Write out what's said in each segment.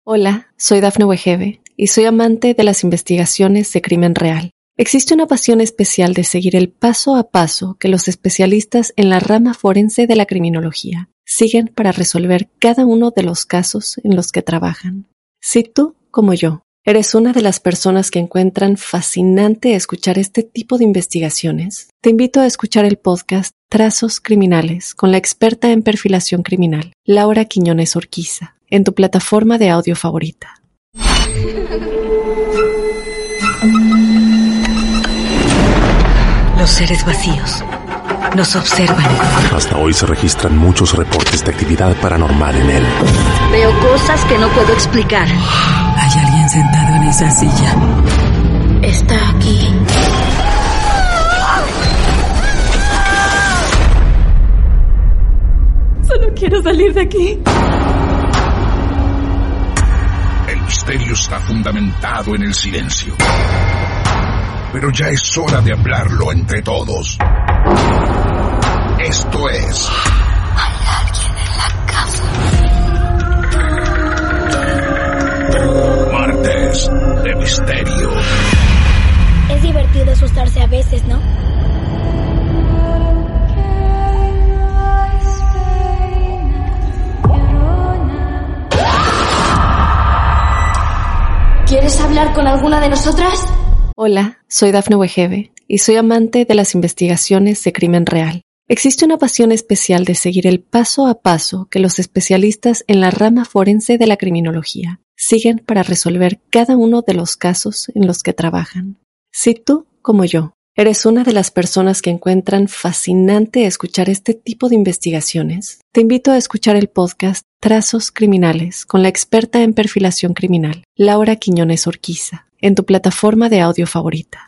Hola, soy Dafne Wegebe y soy amante de las investigaciones de crimen real. Existe una pasión especial de seguir el paso a paso que los especialistas en la rama forense de la criminología siguen para resolver cada uno de los casos en los que trabajan. Si tú, como yo, eres una de las personas que encuentran fascinante escuchar este tipo de investigaciones, te invito a escuchar el podcast Trazos Criminales con la experta en perfilación criminal, Laura Quiñones Orquiza, en tu plataforma de audio favorita. Los seres vacíos nos observan. Hasta hoy se registran muchos reportes de actividad paranormal en él. Veo cosas que no puedo explicar. Hay alguien sentado en esa silla. Está aquí. Solo quiero salir de aquí. El misterio está fundamentado en el silencio. Pero ya es hora de hablarlo entre todos. Esto es... Hay alguien en la casa. Martes de Misterio. Es divertido asustarse a veces, ¿no? ¿Quieres hablar con alguna de nosotras? Hola, soy Dafne Wegebe y soy amante de las investigaciones de crimen real. Existe una pasión especial de seguir el paso a paso que los especialistas en la rama forense de la criminología siguen para resolver cada uno de los casos en los que trabajan. Si tú, como yo, eres una de las personas que encuentran fascinante escuchar este tipo de investigaciones, te invito a escuchar el podcast Trazos Criminales con la experta en perfilación criminal, Laura Quiñones Orquiza, en tu plataforma de audio favorita.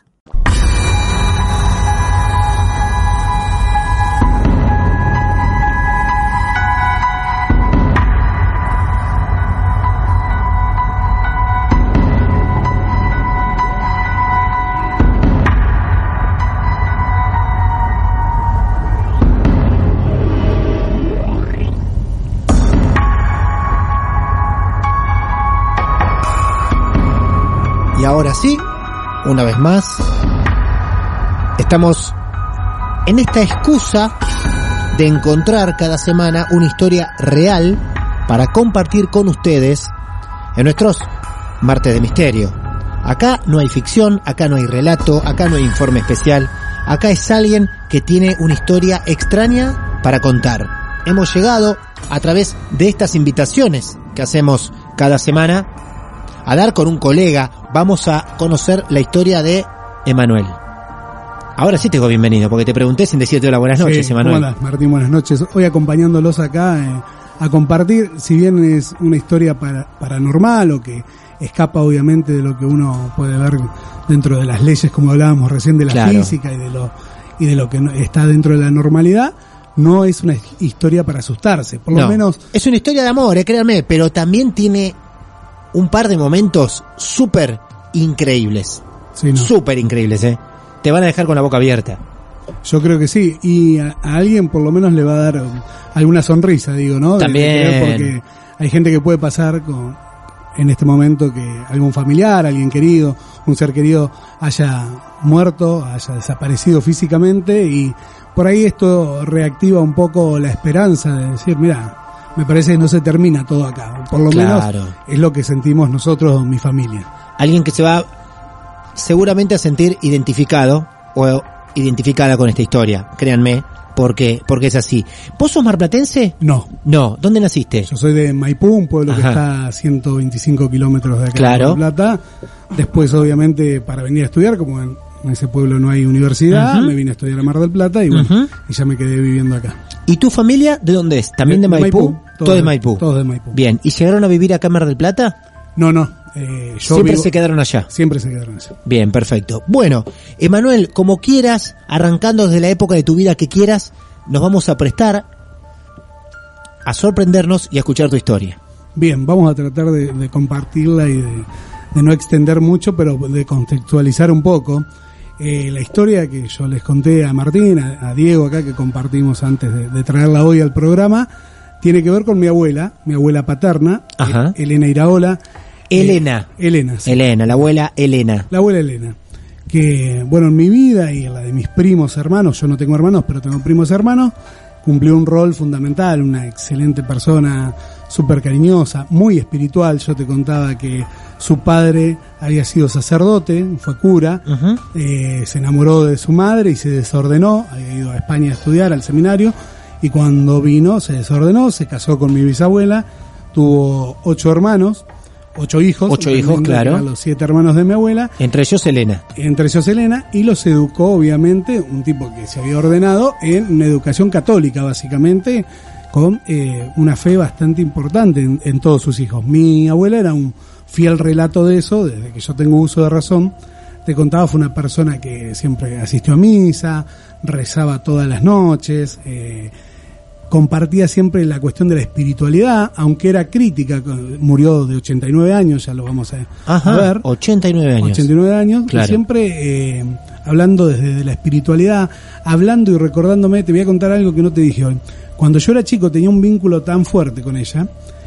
Y ahora sí, una vez más, estamos en esta excusa de encontrar cada semana una historia real para compartir con ustedes en nuestros Martes de Misterio. Acá no hay ficción, acá no hay relato, acá no hay informe especial, acá es alguien que tiene una historia extraña para contar. Hemos llegado a través de estas invitaciones que hacemos cada semana a dar con un colega. Vamos a conocer la historia de Emanuel. Ahora sí te digo bienvenido, porque te pregunté sin decirte hola, buenas noches, Emanuel. Hola, Martín, buenas noches. Hoy acompañándolos acá a compartir, si bien es una historia paranormal o que escapa obviamente de lo que uno puede ver dentro de las leyes, como hablábamos recién de la física y de lo que está dentro de la normalidad, no es una historia para asustarse, por lo menos. Es una historia de amor, créanme, pero también tiene un par de momentos súper increíbles. Sí, ¿no? Súper increíbles, Te van a dejar con la boca abierta. Yo creo que sí, y a alguien por lo menos le va a dar alguna sonrisa, digo, ¿no? También. Porque hay gente que puede pasar en este momento que algún familiar, alguien querido, un ser querido haya muerto, haya desaparecido físicamente, y por ahí esto reactiva un poco la esperanza de decir, mira, me parece que no se termina todo acá. Por lo menos es lo que sentimos nosotros, mi familia. Alguien que se va seguramente a sentir identificado o identificada con esta historia, créanme, porque es así. ¿Vos sos marplatense? No. ¿Dónde naciste? Yo soy de Maipú, un pueblo que está a 125 kilómetros de acá de Mar del Plata. Después, obviamente, para venir a estudiar, como en ese pueblo no hay universidad, me vine a estudiar a Mar del Plata y bueno, y ya me quedé viviendo acá. ¿Y tu familia de dónde es? ¿También de Maipú? Todo de Maipú. Todos de Maipú. Bien, ¿y llegaron a vivir acá en Mar del Plata? No. Siempre se quedaron allá. Siempre se quedaron allá. Bien, perfecto. Bueno, Emanuel, como quieras, arrancando desde la época de tu vida que quieras, nos vamos a prestar a sorprendernos y a escuchar tu historia. Bien, vamos a tratar de compartirla y de no extender mucho, pero de contextualizar un poco. La historia que yo les conté a Martín, a Diego acá, que compartimos antes de traerla hoy al programa, tiene que ver con mi abuela paterna, Elena Iraola. Elena, sí. Elena, la abuela Elena. La abuela Elena. Que, bueno, en mi vida y en la de mis primos hermanos, yo no tengo hermanos, pero tengo primos hermanos, cumplió un rol fundamental, una excelente persona, súper cariñosa, muy espiritual. Yo te contaba que su padre había sido sacerdote, fue cura, se enamoró de su madre y se desordenó, había ido a España a estudiar al seminario, y cuando vino se desordenó, se casó con mi bisabuela, tuvo 8 hermanos, 8 hijos. 8 hijos, claro. Los 7 hermanos de mi abuela. Entre ellos Elena. Y los educó, obviamente, un tipo que se había ordenado en una educación católica, básicamente, con una fe bastante importante en todos sus hijos. Mi abuela era un fiel relato de eso, desde que yo tengo uso de razón. Te contaba, fue una persona que siempre asistió a misa, rezaba todas las noches, compartía siempre la cuestión de la espiritualidad, aunque era crítica. Murió de 89 años, ya lo vamos a ver. 89 años. 89 años, claro. Siempre hablando desde la espiritualidad, hablando y recordándome. Te voy a contar algo que no te dije hoy. Cuando yo era chico tenía un vínculo tan fuerte con ella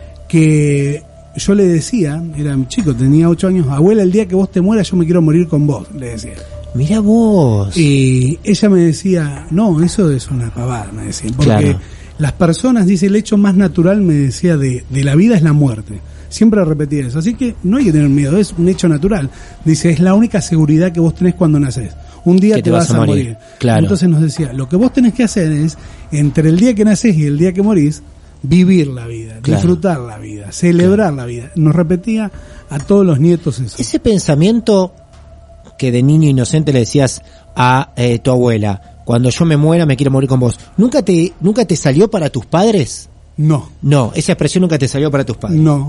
que yo le decía, era chico, tenía 8 años, abuela, el día que vos te mueras yo me quiero morir con vos, le decía. Mira vos. Y ella me decía, no, eso es una pavada, me decía, porque claro, las personas, dice, el hecho más natural, me decía, de la vida es la muerte. Siempre repetía eso, así que no hay que tener miedo, es un hecho natural. Dice, es la única seguridad que vos tenés cuando nacés. Un día te vas a morir. Claro. Entonces nos decía, lo que vos tenés que hacer es, entre el día que nacés y el día que morís, vivir la vida, claro, disfrutar la vida, celebrar, claro, la vida. Nos repetía a todos los nietos eso. Ese pensamiento que de niño inocente le decías a tu abuela, cuando yo me muera me quiero morir con vos, ¿nunca te salió para tus padres? No. No, esa expresión nunca te salió para tus padres. No.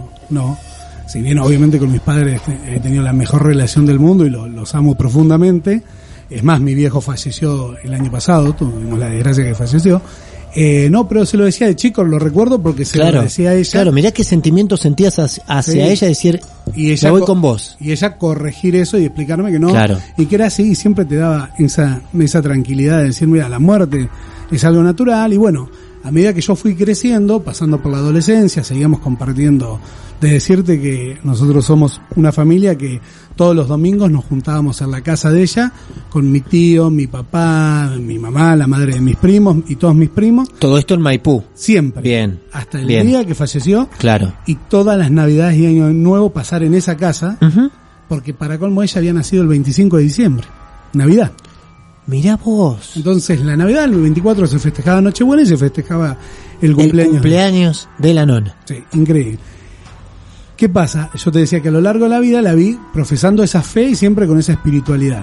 Si bien obviamente con mis padres he tenido la mejor relación del mundo y los amo profundamente. Es más, mi viejo falleció el año pasado, tuvimos la desgracia que falleció. No, pero se lo decía de chico, lo recuerdo porque se lo decía a ella. Claro, mirá qué sentimientos sentías hacia ella, decir, y ella, me voy con vos. Y ella corregir eso y explicarme que no, claro, y que era así, y siempre te daba esa tranquilidad de decir, mira, la muerte es algo natural. Y bueno, a medida que yo fui creciendo, pasando por la adolescencia, seguíamos compartiendo, de decirte que nosotros somos una familia que todos los domingos nos juntábamos en la casa de ella, con mi tío, mi papá, mi mamá, la madre de mis primos y todos mis primos. Todo esto en Maipú. Siempre. Bien. Hasta el día que falleció. Claro. Y todas las Navidades y Año Nuevo pasar en esa casa, porque para colmo ella había nacido el 25 de diciembre, Navidad. Mirá vos. Entonces la Navidad, el 24 se festejaba Nochebuena y se festejaba el cumpleaños de la nona. Sí, increíble. ¿Qué pasa? Yo te decía que a lo largo de la vida la vi profesando esa fe y siempre con esa espiritualidad.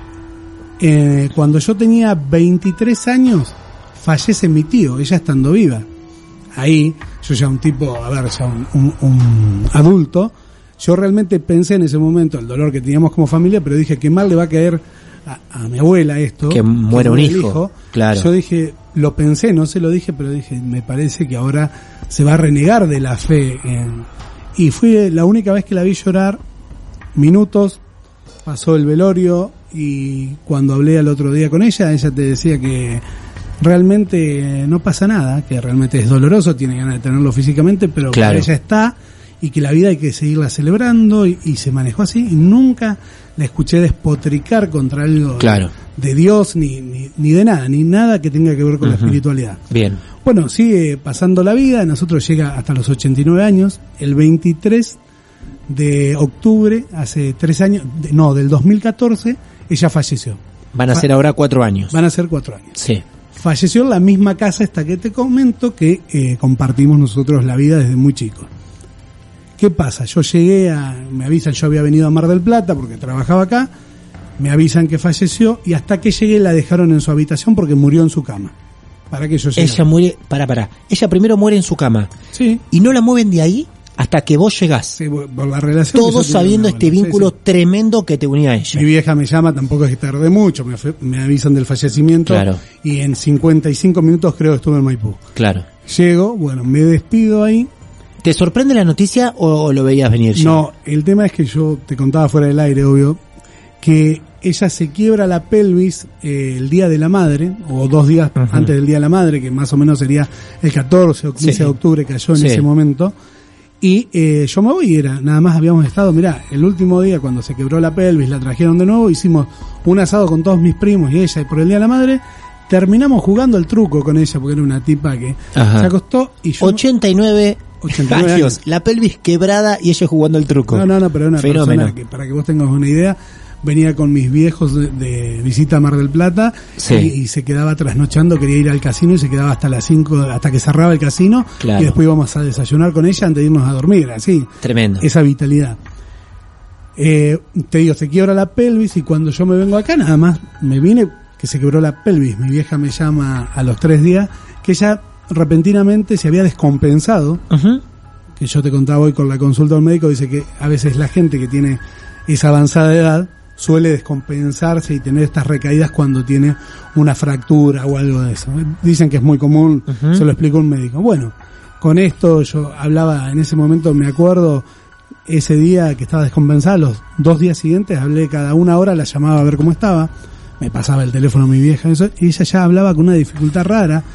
Cuando yo tenía 23 años, fallece mi tío, ella estando viva. Ahí, yo ya un tipo, ya un adulto, yo realmente pensé en ese momento el dolor que teníamos como familia, pero dije, qué mal le va a caer a mi abuela esto. Que muera un hijo. Claro. Yo dije, lo pensé, no se lo dije, pero dije, me parece que ahora se va a renegar de la fe y fue la única vez que la vi llorar, minutos, pasó el velorio y cuando hablé al otro día con ella te decía que realmente no pasa nada, que realmente es doloroso, tiene ganas de tenerlo físicamente, pero claro, ella está y que la vida hay que seguirla celebrando y se manejó así y nunca la escuché despotricar contra algo de Dios ni de nada, ni nada que tenga que ver con la espiritualidad. Bien. Bueno, sigue pasando la vida, nosotros llega hasta los 89 años, el 23 de octubre, hace 3 años, del 2014, ella falleció. Van a ser ahora 4 años. Van a ser 4 años. Sí. Falleció en la misma casa esta que te comento, que compartimos nosotros la vida desde muy chicos. ¿Qué pasa? Yo me avisan, yo había venido a Mar del Plata porque trabajaba acá, me avisan que falleció y hasta que llegué la dejaron en su habitación porque murió en su cama. Para que yo llegue. Ella muere, ella primero muere en su cama. Sí. Y no la mueven de ahí hasta que vos llegás. Sí, por la relación. Todos sabiendo este vínculo tremendo que te unía a ella. Mi vieja me llama, tampoco es que tardé mucho, me avisan del fallecimiento. Claro. Y en 55 minutos creo que estuve en Maipú. Claro. Llego, bueno, me despido ahí. ¿Te sorprende la noticia o lo veías venir ya? No, el tema es que yo te contaba fuera del aire, obvio, que ella se quiebra la pelvis el Día de la Madre, o 2 días antes del Día de la Madre, que más o menos sería el 14 o 15 de octubre, cayó en ese momento. Y yo me voy, nada más habíamos estado, mirá, el último día cuando se quebró la pelvis, la trajeron de nuevo, hicimos un asado con todos mis primos y ella, y por el Día de la Madre terminamos jugando el truco con ella, porque era una tipa que se acostó y yo... 89 años, la pelvis quebrada y ella jugando el truco. No, pero era una persona que, para que vos tengas una idea, venía con mis viejos de visita a Mar del Plata y se quedaba trasnochando, quería ir al casino y se quedaba hasta las 5, hasta que cerraba el casino, y después íbamos a desayunar con ella antes de irnos a dormir, así. Tremendo. Esa vitalidad. Te digo, se quiebra la pelvis y cuando yo me vengo acá, nada más me vine que se quebró la pelvis. Mi vieja me llama a los 3 días que ella repentinamente se había descompensado, que yo te contaba hoy con la consulta del médico, dice que a veces la gente que tiene esa avanzada edad suele descompensarse y tener estas recaídas cuando tiene una fractura o algo de eso. Dicen que es muy común, se lo explicó un médico. Bueno, con esto yo hablaba en ese momento, me acuerdo, ese día que estaba descompensada, los 2 días siguientes hablé cada 1 hora, la llamaba a ver cómo estaba, me pasaba el teléfono a mi vieja, eso, y ella ya hablaba con una dificultad rara.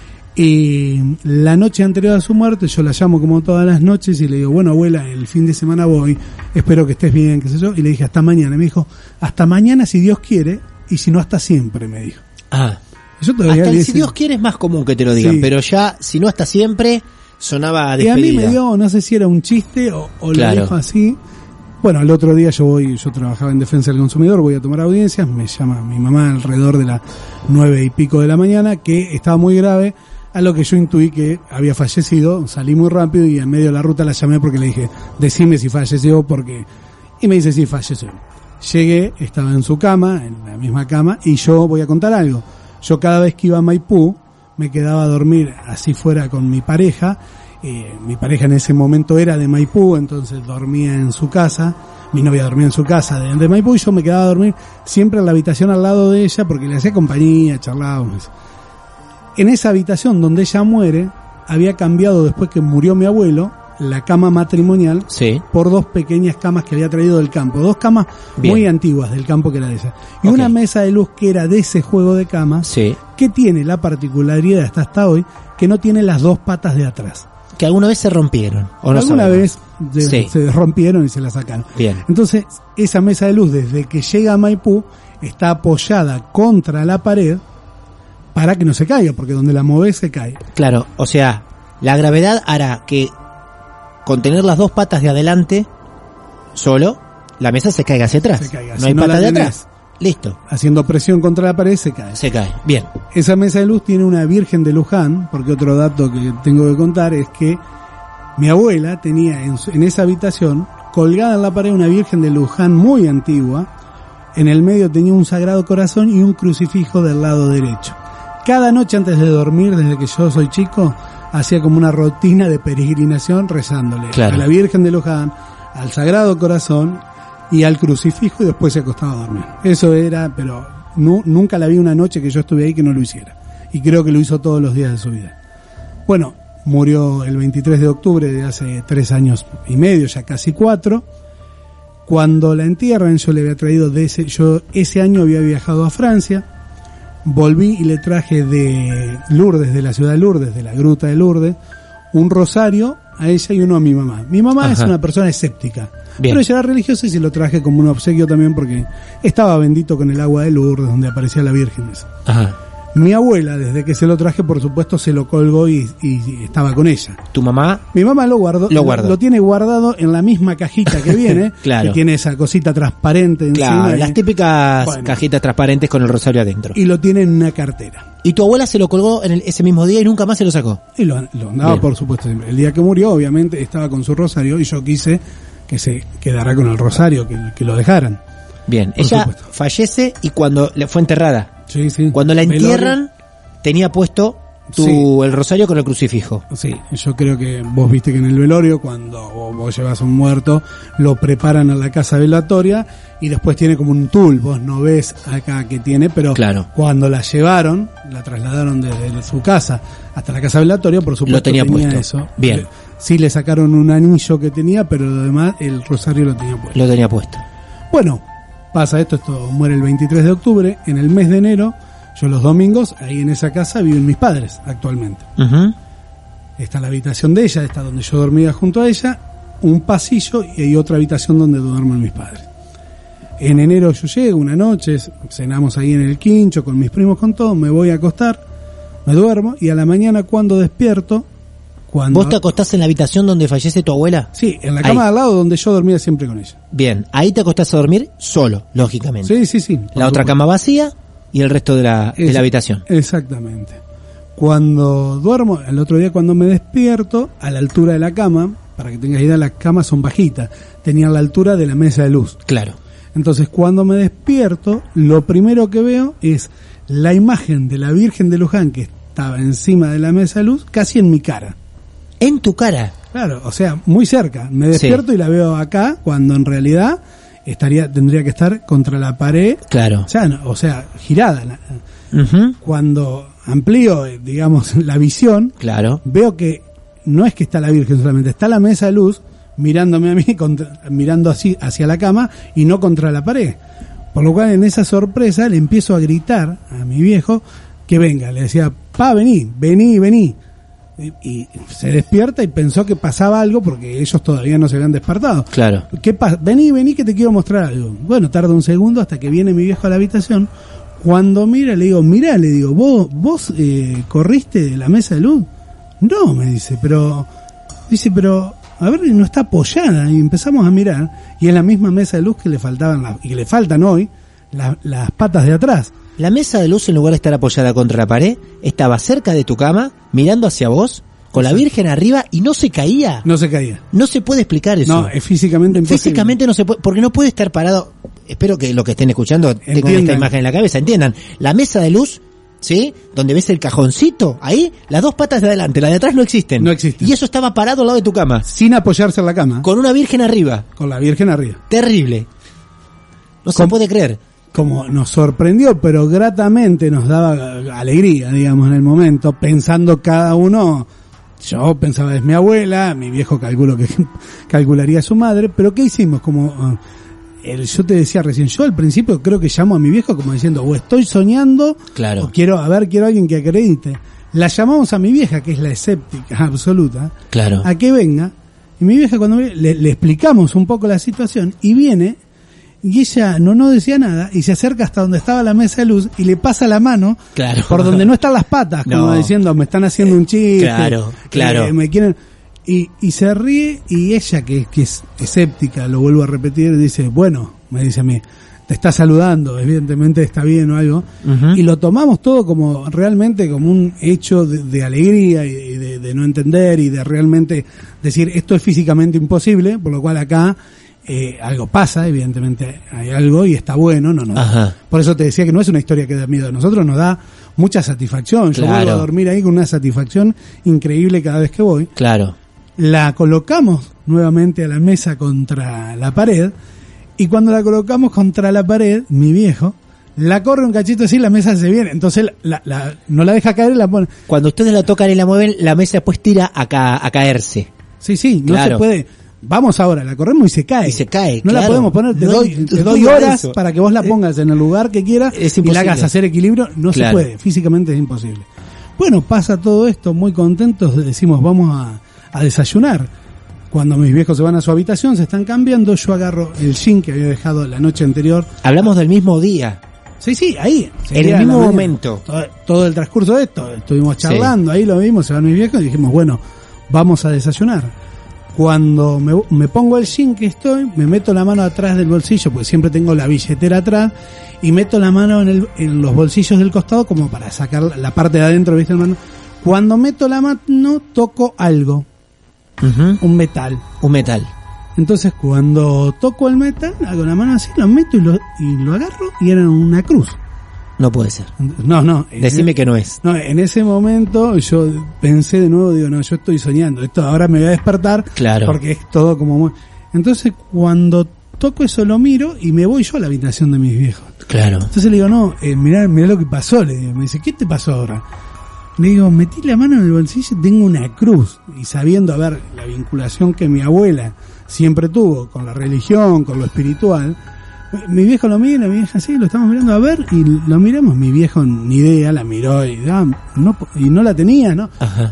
Y la noche anterior a su muerte yo la llamo como todas las noches y le digo, bueno, abuela, el fin de semana voy, espero que estés bien, qué sé yo, y le dije hasta mañana. Y me dijo, hasta mañana si Dios quiere, y si no hasta siempre, me dijo. Yo todavía hasta si Dios quiere es más común que te lo digan, pero ya si no hasta siempre sonaba a despedida. Y a mí me dio, no sé si era un chiste o lo dijo así. Bueno, al otro día yo trabajaba en Defensa del Consumidor, voy a tomar audiencias, me llama mi mamá alrededor de las 9 y pico de la mañana, que estaba muy grave, a lo que yo intuí que había fallecido. Salí muy rápido y en medio de la ruta la llamé porque le dije, decime si falleció, porque... Y me dice, sí, falleció. Llegué, estaba en su cama, en la misma cama, y yo voy a contar algo. Yo cada vez que iba a Maipú, me quedaba a dormir así fuera con mi pareja. Mi pareja en ese momento era de Maipú, entonces dormía en su casa. Mi novia dormía en su casa de Maipú y yo me quedaba a dormir siempre en la habitación al lado de ella porque le hacía compañía, charlábamos. En esa habitación donde ella muere, había cambiado después que murió mi abuelo, la cama matrimonial, por 2 pequeñas camas que había traído del campo. 2 camas muy antiguas del campo que era de ella. Y una mesa de luz que era de ese juego de camas, que tiene la particularidad hasta hoy, que no tiene las 2 patas de atrás. Que alguna vez se rompieron. ¿O no alguna vez se rompieron y se la sacaron. Bien. Entonces, esa mesa de luz, desde que llega a Maipú, está apoyada contra la pared, para que no se caiga, porque donde la movés se cae. Claro, o sea, la gravedad hará que con tener las 2 patas de adelante solo, la mesa se caiga hacia atrás. No hay patas de atrás. Listo. Haciendo presión contra la pared se cae. Se cae, bien. Esa mesa de luz tiene una Virgen de Luján, porque otro dato que tengo que contar es que mi abuela tenía en esa habitación, colgada en la pared, una Virgen de Luján muy antigua. En el medio tenía un Sagrado Corazón y un crucifijo del lado derecho. Cada noche antes de dormir, desde que yo soy chico, hacía como una rutina de peregrinación rezándole a la Virgen de Luján, al Sagrado Corazón y al crucifijo, y después se acostaba a dormir. Eso era, pero nunca la vi una noche que yo estuve ahí que no lo hiciera. Y creo que lo hizo todos los días de su vida. Bueno, murió el 23 de octubre de hace 3 años y medio, ya casi 4. Cuando la entierran, yo le había traído yo ese año había viajado a Francia. Volví y le traje de Lourdes, de la ciudad de Lourdes, de la gruta de Lourdes, un rosario a ella y uno a mi mamá. Mi mamá es una persona escéptica, pero ella era religiosa y se lo traje como un obsequio también porque estaba bendito con el agua de Lourdes donde aparecía la Virgen. Mi abuela, desde que se lo traje, por supuesto, se lo colgó y estaba con ella. ¿Tu mamá? Mi mamá lo guardó. Lo tiene guardado en la misma cajita que viene, que tiene esa cosita transparente encima. Las típicas cajitas transparentes con el rosario adentro. Y lo tiene en una cartera. ¿Y tu abuela se lo colgó ese mismo día y nunca más se lo sacó? Y lo andaba, por supuesto, siempre. El día que murió, obviamente, estaba con su rosario y yo quise que se quedara con el rosario, que lo dejaran. Bien, ella fallece y cuando le fue enterrada. Sí. Cuando la entierran, tenía puesto el rosario con el crucifijo. Sí, yo creo que vos viste que en el velorio, cuando vos llevas a un muerto, lo preparan a la casa velatoria y después tiene como un tul. Vos no ves acá que tiene, pero cuando la llevaron, la trasladaron desde su casa hasta la casa velatoria, por supuesto, lo tenía puesto. Eso. Bien. Sí, le sacaron un anillo que tenía, pero lo demás, el rosario lo tenía puesto. Lo tenía puesto. Bueno, pasa esto muere el 23 de octubre, en el mes de enero, yo los domingos, ahí en esa casa viven mis padres actualmente. Ujú. Está la habitación de ella, está donde yo dormía junto a ella, un pasillo y hay otra habitación donde duermen mis padres. En enero yo llego una noche, cenamos ahí en el quincho con mis primos, con todo, me voy a acostar, me duermo y a la mañana cuando despierto, ¿Vos te acostás en la habitación donde fallece tu abuela? Sí, en la cama de al lado donde yo dormía siempre con ella. Bien, ahí te acostás a dormir solo, lógicamente. Sí. La otra cama vacía y el resto de la habitación. Exactamente. Cuando duermo, el otro día cuando me despierto, a la altura de la cama, para que tengas idea, las camas son bajitas, tenían la altura de la mesa de luz. Claro. Entonces cuando me despierto, lo primero que veo es la imagen de la Virgen de Luján que estaba encima de la mesa de luz, casi en mi cara. ¿En tu cara? Claro, o sea, muy cerca. Me despierto y la veo acá, cuando en realidad tendría que estar contra la pared. Claro. O sea, girada. Uh-huh. Cuando amplío, digamos, la visión, claro, veo que no es que está la Virgen solamente, está la mesa de luz mirándome a mí, mirando así hacia la cama y no contra la pared. Por lo cual, en esa sorpresa, le empiezo a gritar a mi viejo que venga. Le decía, pa, vení. Y se despierta y pensó que pasaba algo porque ellos todavía no se habían despertado. Claro. ¿Qué pasa? Vení que te quiero mostrar algo. Bueno, tarda un segundo hasta que viene mi viejo a la habitación. Cuando mira, le digo, ¿vos corriste de la mesa de luz? No, me dice, pero a ver, no está apoyada. Y empezamos a mirar y es la misma mesa de luz que le faltaban y que le faltan hoy las patas de atrás. La mesa de luz, en lugar de estar apoyada contra la pared, estaba cerca de tu cama, mirando hacia vos, con la Virgen arriba y no se caía. No se caía. No se puede explicar eso. No, es físicamente imposible. Físicamente no se puede, porque no puede estar parado. Espero que los que estén escuchando tengan esta imagen en la cabeza, entiendan. La mesa de luz, ¿sí? Donde ves el cajoncito, ahí, las dos patas de adelante, las de atrás no existen. No existen. Y eso estaba parado al lado de tu cama. Sin apoyarse en la cama. Con una Virgen arriba. Con la Virgen arriba. Terrible. No se puede creer. Como nos sorprendió, pero gratamente nos daba alegría, digamos, en el momento, pensando cada uno, yo pensaba es mi abuela, mi viejo calculo que calcularía a su madre, pero ¿qué hicimos? Como yo te decía recién, yo al principio creo que llamo a mi viejo como diciendo, o estoy soñando, claro, o quiero a alguien que acredite. La llamamos a mi vieja, que es la escéptica absoluta, claro, a que venga, y mi vieja cuando le explicamos un poco la situación, y viene. Y ella no decía nada y se acerca hasta donde estaba la mesa de luz y le pasa la mano, claro, por donde no están las patas, como diciendo, me están haciendo un chiste, claro, me quieren, y se ríe, y ella que es escéptica, lo vuelvo a repetir, dice, bueno, me dice a mí, te está saludando, evidentemente está bien o algo, y lo tomamos todo como realmente como un hecho de alegría y de no entender y de realmente decir, esto es físicamente imposible, por lo cual acá algo pasa, evidentemente hay algo y está bueno, por eso te decía que no es una historia que da miedo, a nosotros nos da mucha satisfacción, yo vuelvo a dormir ahí con una satisfacción increíble cada vez que voy. Claro. La colocamos nuevamente a la mesa contra la pared, y cuando la colocamos contra la pared, mi viejo la corre un cachito así, la mesa se viene, entonces no la deja caer y la pone. Cuando ustedes la tocan y la mueven, la mesa después tira a caerse. Sí, no se puede. Vamos ahora, la corremos y se cae. No claro. La podemos poner, te doy horas para que vos la pongas en el lugar que quieras y la hagas hacer equilibrio. No se puede, físicamente es imposible. Bueno, pasa todo esto, muy contentos, decimos vamos a desayunar. Cuando mis viejos se van a su habitación, se están cambiando, yo agarro el jean que había dejado la noche anterior. Hablamos del mismo día. Sí, ahí. En el mismo momento. Todo el transcurso de esto, estuvimos charlando, ahí lo vimos, se van mis viejos y dijimos, bueno, vamos a desayunar. Cuando me pongo el jean que estoy, me meto la mano atrás del bolsillo, porque siempre tengo la billetera atrás, y meto la mano en los bolsillos del costado como para sacar la parte de adentro, ¿viste, hermano? Cuando meto la mano, toco algo. Un metal. Entonces, cuando toco el metal, hago la mano así, lo meto y lo agarro, y era una cruz. No puede ser. No. Decime que no es. No, en ese momento yo pensé de nuevo, digo, no, yo estoy soñando. Esto ahora me voy a despertar. Claro. Porque es todo como muy... Entonces, cuando toco eso, lo miro y me voy yo a la habitación de mis viejos. Claro. Entonces le digo, no, mirá lo que pasó. Le digo, me dice, ¿qué te pasó ahora? Le digo, metí la mano en el bolsillo y tengo una cruz. Y sabiendo, a ver, la vinculación que mi abuela siempre tuvo con la religión, con lo espiritual, Mi viejo lo mira, mi vieja sí, lo estamos mirando a ver y lo miramos. Mi viejo ni idea, la miró y no la tenía, ¿no? Ajá.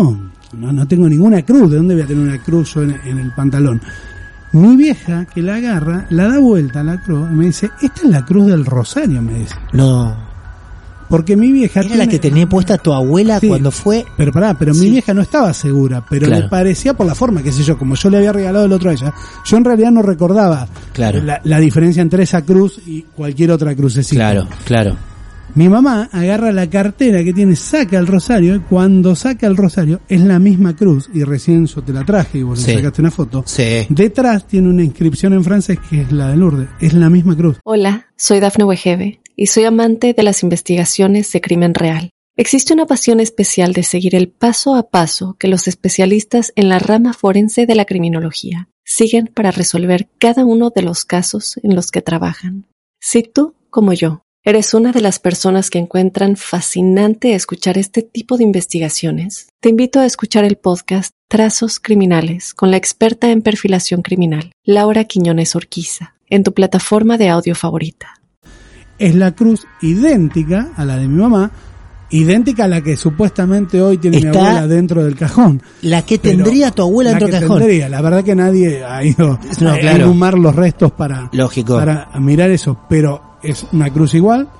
No tengo ninguna cruz. ¿De dónde voy a tener una cruz yo en el pantalón? Mi vieja, que la agarra, la da vuelta a la cruz y me dice, esta es la cruz del Rosario, me dice. No. Porque mi vieja... Era la que tenía puesta tu abuela cuando fue... Pero mi vieja no estaba segura, pero le parecía por la forma, qué sé yo, como yo le había regalado el otro a ella, yo en realidad no recordaba la diferencia entre esa cruz y cualquier otra crucecita. Claro. Mi mamá agarra la cartera que tiene, saca el rosario, y cuando saca el rosario es la misma cruz, y recién yo te la traje y vos le sacaste una foto. Sí. Detrás tiene una inscripción en francés que es la de Lourdes, es la misma cruz. Hola, soy Dafne Wegebe y soy amante de las investigaciones de crimen real. Existe una pasión especial de seguir el paso a paso que los especialistas en la rama forense de la criminología siguen para resolver cada uno de los casos en los que trabajan. Si tú, como yo, ¿eres una de las personas que encuentran fascinante escuchar este tipo de investigaciones? Te invito a escuchar el podcast Trazos Criminales con la experta en perfilación criminal, Laura Quiñones Orquiza, en tu plataforma de audio favorita. Es la cruz idéntica a la de mi mamá, idéntica a la que supuestamente hoy tiene mi abuela dentro del cajón. La que tendría tu abuela dentro del cajón. La verdad que nadie ha ido a inhumar los restos para mirar eso, pero es una cruz igual,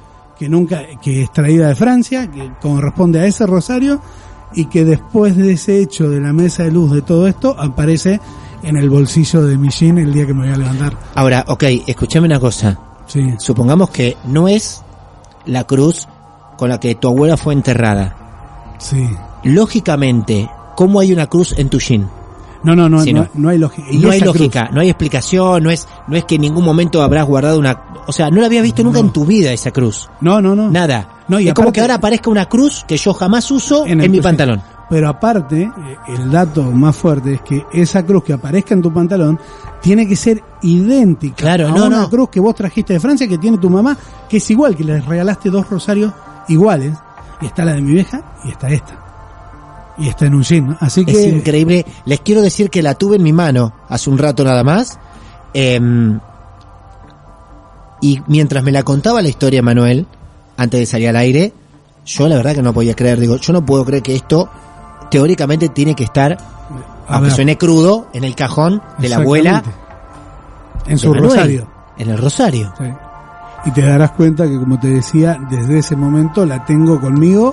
que es traída de Francia, que corresponde a ese rosario, y que después de ese hecho de la mesa de luz de todo esto, aparece en el bolsillo de mi jean el día que me voy a levantar. Ahora, escúchame una cosa. Sí. Supongamos que no es la cruz con la que tu abuela fue enterrada. Sí. Lógicamente, ¿cómo hay una cruz en tu jean? No hay lógica. No hay lógica, no hay explicación, no es que en ningún momento habrás guardado una... O sea, no la habías visto nunca en tu vida esa cruz. No. Nada. No, y es aparte, como que ahora aparezca una cruz que yo jamás uso en mi pantalón. Pero aparte, el dato más fuerte es que esa cruz que aparezca en tu pantalón tiene que ser idéntica a una cruz que vos trajiste de Francia, que tiene tu mamá, que es igual, que le regalaste 2 rosarios iguales, y está la de mi vieja y está esta. Y está en un jean, ¿no? Así que... Es increíble. Les quiero decir que la tuve en mi mano hace un rato nada más. Y mientras me la contaba la historia, Manuel, antes de salir al aire, yo la verdad que no podía creer. Digo, yo no puedo creer que esto teóricamente tiene que estar, aunque suene crudo, en el cajón de la abuela. En su rosario. En el rosario. Sí. Y te darás cuenta que, como te decía, desde ese momento la tengo conmigo.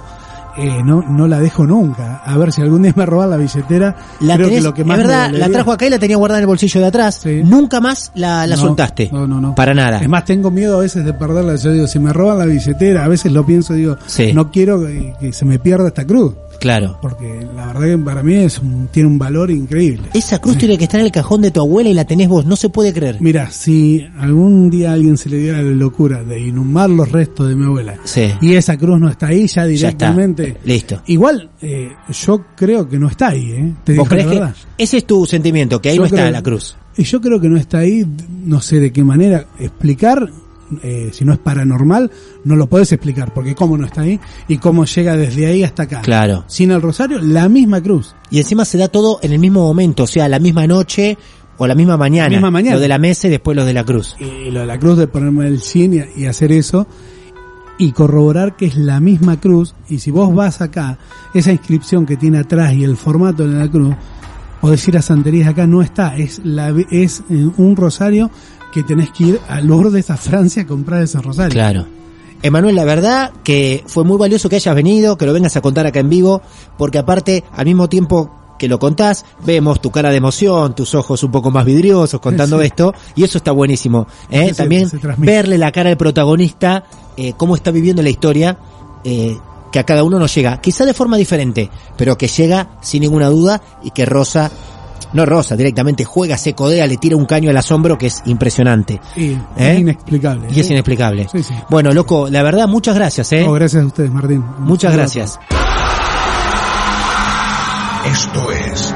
No la dejo nunca. A ver si algún día me roban la billetera. Creo que lo que más, es verdad, la trajo acá y la tenía guardada en el bolsillo de atrás. Sí. Nunca más la soltaste. No. Para nada. Es más, tengo miedo a veces de perderla. Yo digo, si me roban la billetera, a veces lo pienso, digo, no quiero que se me pierda esta cruz. Claro. Porque la verdad que para mí tiene un valor increíble. Esa cruz tiene que estar en el cajón de tu abuela y la tenés vos. No se puede creer. Mira, si algún día a alguien se le diera la locura de inhumar los restos de mi abuela y esa cruz no está ahí, ya directamente... Listo. Igual, yo creo que no está ahí, Te digo la verdad. Ese es tu sentimiento, que ahí no está la cruz. Y yo creo que no está ahí, no sé de qué manera explicar... si no es paranormal, no lo podés explicar, porque cómo no está ahí y cómo llega desde ahí hasta acá. Claro. Sin el rosario, la misma cruz. Y encima se da todo en el mismo momento, o sea, la misma noche o la misma mañana. Lo de la mesa y después lo de la cruz. Y lo de la cruz, de ponerme el jean y hacer eso y corroborar que es la misma cruz. Y si vos vas acá, esa inscripción que tiene atrás y el formato de la cruz, podés ir a Santerías, acá no está, es un rosario que tenés que ir a Lourdes, a Francia, a comprar ese rosario. Claro. Emanuel, la verdad que fue muy valioso que hayas venido, que lo vengas a contar acá en vivo, porque aparte, al mismo tiempo que lo contás, vemos tu cara de emoción, tus ojos un poco más vidriosos contando esto, y eso está buenísimo. También verle la cara al protagonista, cómo está viviendo la historia, que a cada uno nos llega, quizá de forma diferente, pero que llega sin ninguna duda y que directamente juega, se codea, le tira un caño al asombro que es impresionante. Es inexplicable. Y es inexplicable. Sí. Bueno, loco, la verdad, muchas gracias. Gracias a ustedes, Martín. Muchas gracias. Esto es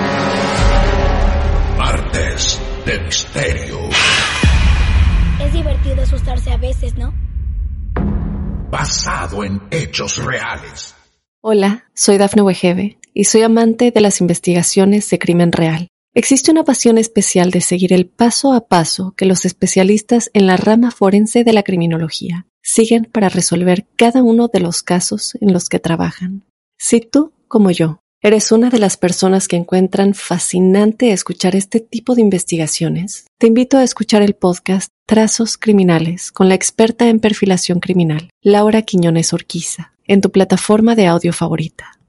Martes de Misterio. Es divertido asustarse a veces, ¿no? Basado en hechos reales. Hola, soy Dafne Wegebe y soy amante de las investigaciones de crimen real. Existe una pasión especial de seguir el paso a paso que los especialistas en la rama forense de la criminología siguen para resolver cada uno de los casos en los que trabajan. Si tú, como yo, eres una de las personas que encuentran fascinante escuchar este tipo de investigaciones, te invito a escuchar el podcast Trazos Criminales con la experta en perfilación criminal, Laura Quiñones Orquiza, en tu plataforma de audio favorita.